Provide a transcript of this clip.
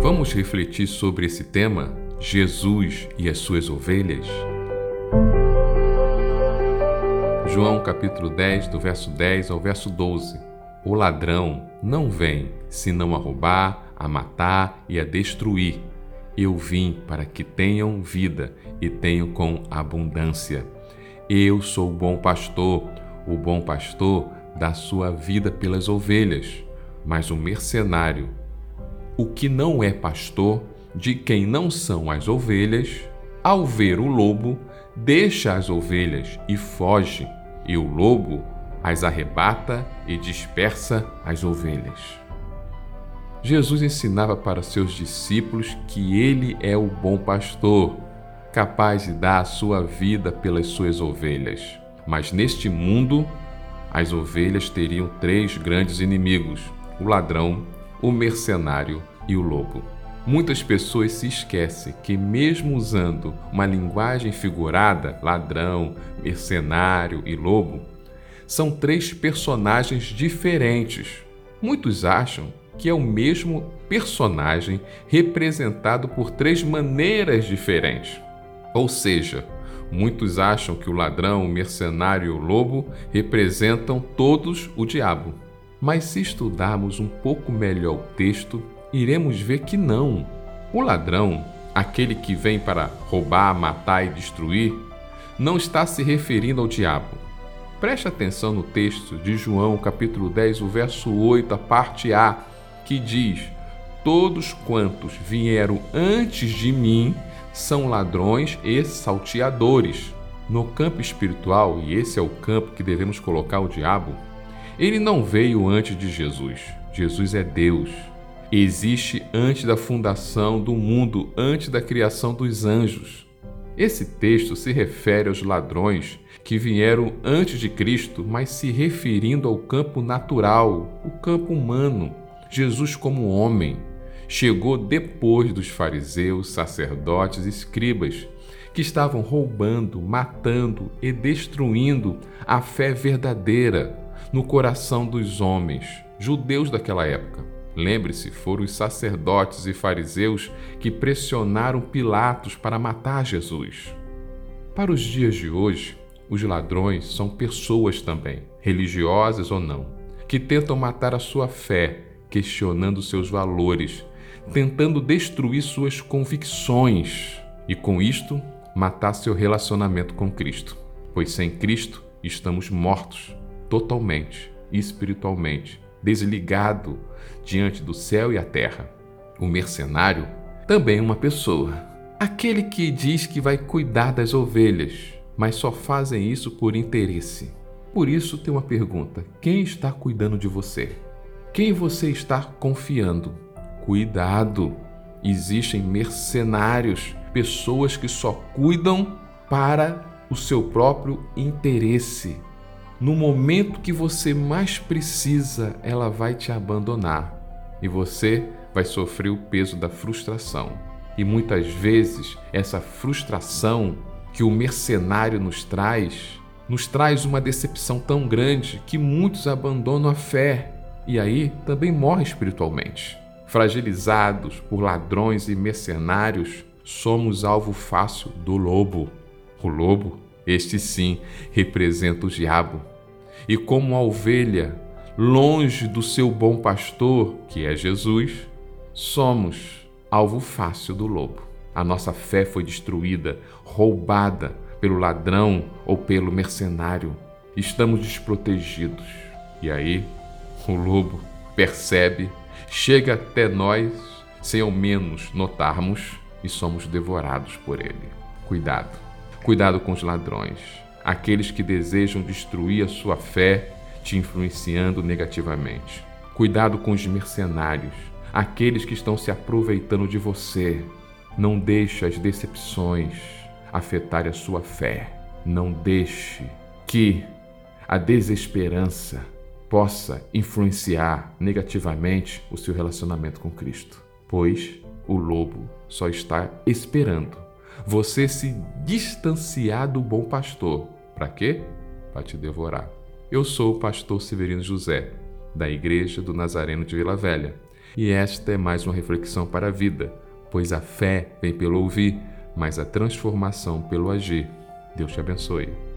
Vamos refletir sobre esse tema, Jesus e as suas ovelhas? João capítulo 10, do verso 10 ao verso 12. O ladrão não vem, senão a roubar, a matar e a destruir. Eu vim para que tenham vida e tenham com abundância. Eu sou o bom pastor dá sua vida pelas ovelhas. Mas o mercenário, o que não é pastor, de quem não são as ovelhas, ao ver o lobo, deixa as ovelhas e foge, e o lobo as arrebata e dispersa as ovelhas. Jesus ensinava para seus discípulos que ele é o bom pastor, capaz de dar a sua vida pelas suas ovelhas. Mas neste mundo, as ovelhas teriam três grandes inimigos: o ladrão, o mercenário e o lobo. Muitas pessoas se esquecem que, mesmo usando uma linguagem figurada, ladrão, mercenário e lobo, são três personagens diferentes. Muitos acham que é o mesmo personagem representado por três maneiras diferentes. Ou seja, muitos acham que o ladrão, o mercenário e o lobo representam todos o diabo. Mas se estudarmos um pouco melhor o texto, iremos ver que não. O ladrão, aquele que vem para roubar, matar e destruir, não está se referindo ao diabo. Preste atenção no texto de João, capítulo 10, o verso 8, a parte A, que diz: todos quantos vieram antes de mim são ladrões e salteadores. No campo espiritual, e esse é o campo que devemos colocar o diabo, ele não veio antes de Jesus. Jesus é Deus. Existe antes da fundação do mundo, antes da criação dos anjos. Esse texto se refere aos ladrões que vieram antes de Cristo, mas se referindo ao campo natural, o campo humano. Jesus, como homem, chegou depois dos fariseus, sacerdotes e escribas, que estavam roubando, matando e destruindo a fé verdadeira no coração dos homens, judeus daquela época. Lembre-se, foram os sacerdotes e fariseus que pressionaram Pilatos para matar Jesus. Para os dias de hoje, os ladrões são pessoas também, religiosas ou não, que tentam matar a sua fé, questionando seus valores, tentando destruir suas convicções e, com isto, matar seu relacionamento com Cristo. Pois sem Cristo estamos mortos, totalmente e espiritualmente, desligado diante do céu e a terra. O mercenário também é uma pessoa, aquele que diz que vai cuidar das ovelhas, mas só fazem isso por interesse. Por isso tem uma pergunta: quem está cuidando de você? Quem você está confiando? Cuidado! Existem mercenários, pessoas que só cuidam para o seu próprio interesse. No momento que você mais precisa, ela vai te abandonar e você vai sofrer o peso da frustração. E muitas vezes essa frustração que o mercenário nos traz uma decepção tão grande que muitos abandonam a fé e aí também morrem espiritualmente. Fragilizados por ladrões e mercenários, somos alvo fácil do lobo. O lobo, este sim, representa o diabo. E como a ovelha, longe do seu bom pastor, que é Jesus, somos alvo fácil do lobo. A nossa fé foi destruída, roubada pelo ladrão ou pelo mercenário. Estamos desprotegidos. E aí, o lobo percebe, chega até nós, sem ao menos notarmos, e somos devorados por ele. Cuidado. Cuidado com os ladrões, aqueles que desejam destruir a sua fé, te influenciando negativamente. Cuidado com os mercenários, aqueles que estão se aproveitando de você. Não deixe as decepções afetarem a sua fé. Não deixe que a desesperança possa influenciar negativamente o seu relacionamento com Cristo, pois o lobo só está esperando você se distanciar do bom pastor. Para quê? Para te devorar. Eu sou o pastor Severino José, da Igreja do Nazareno de Vila Velha, E esta é mais uma reflexão para a vida, pois a fé vem pelo ouvir, mas a transformação pelo agir. Deus te abençoe.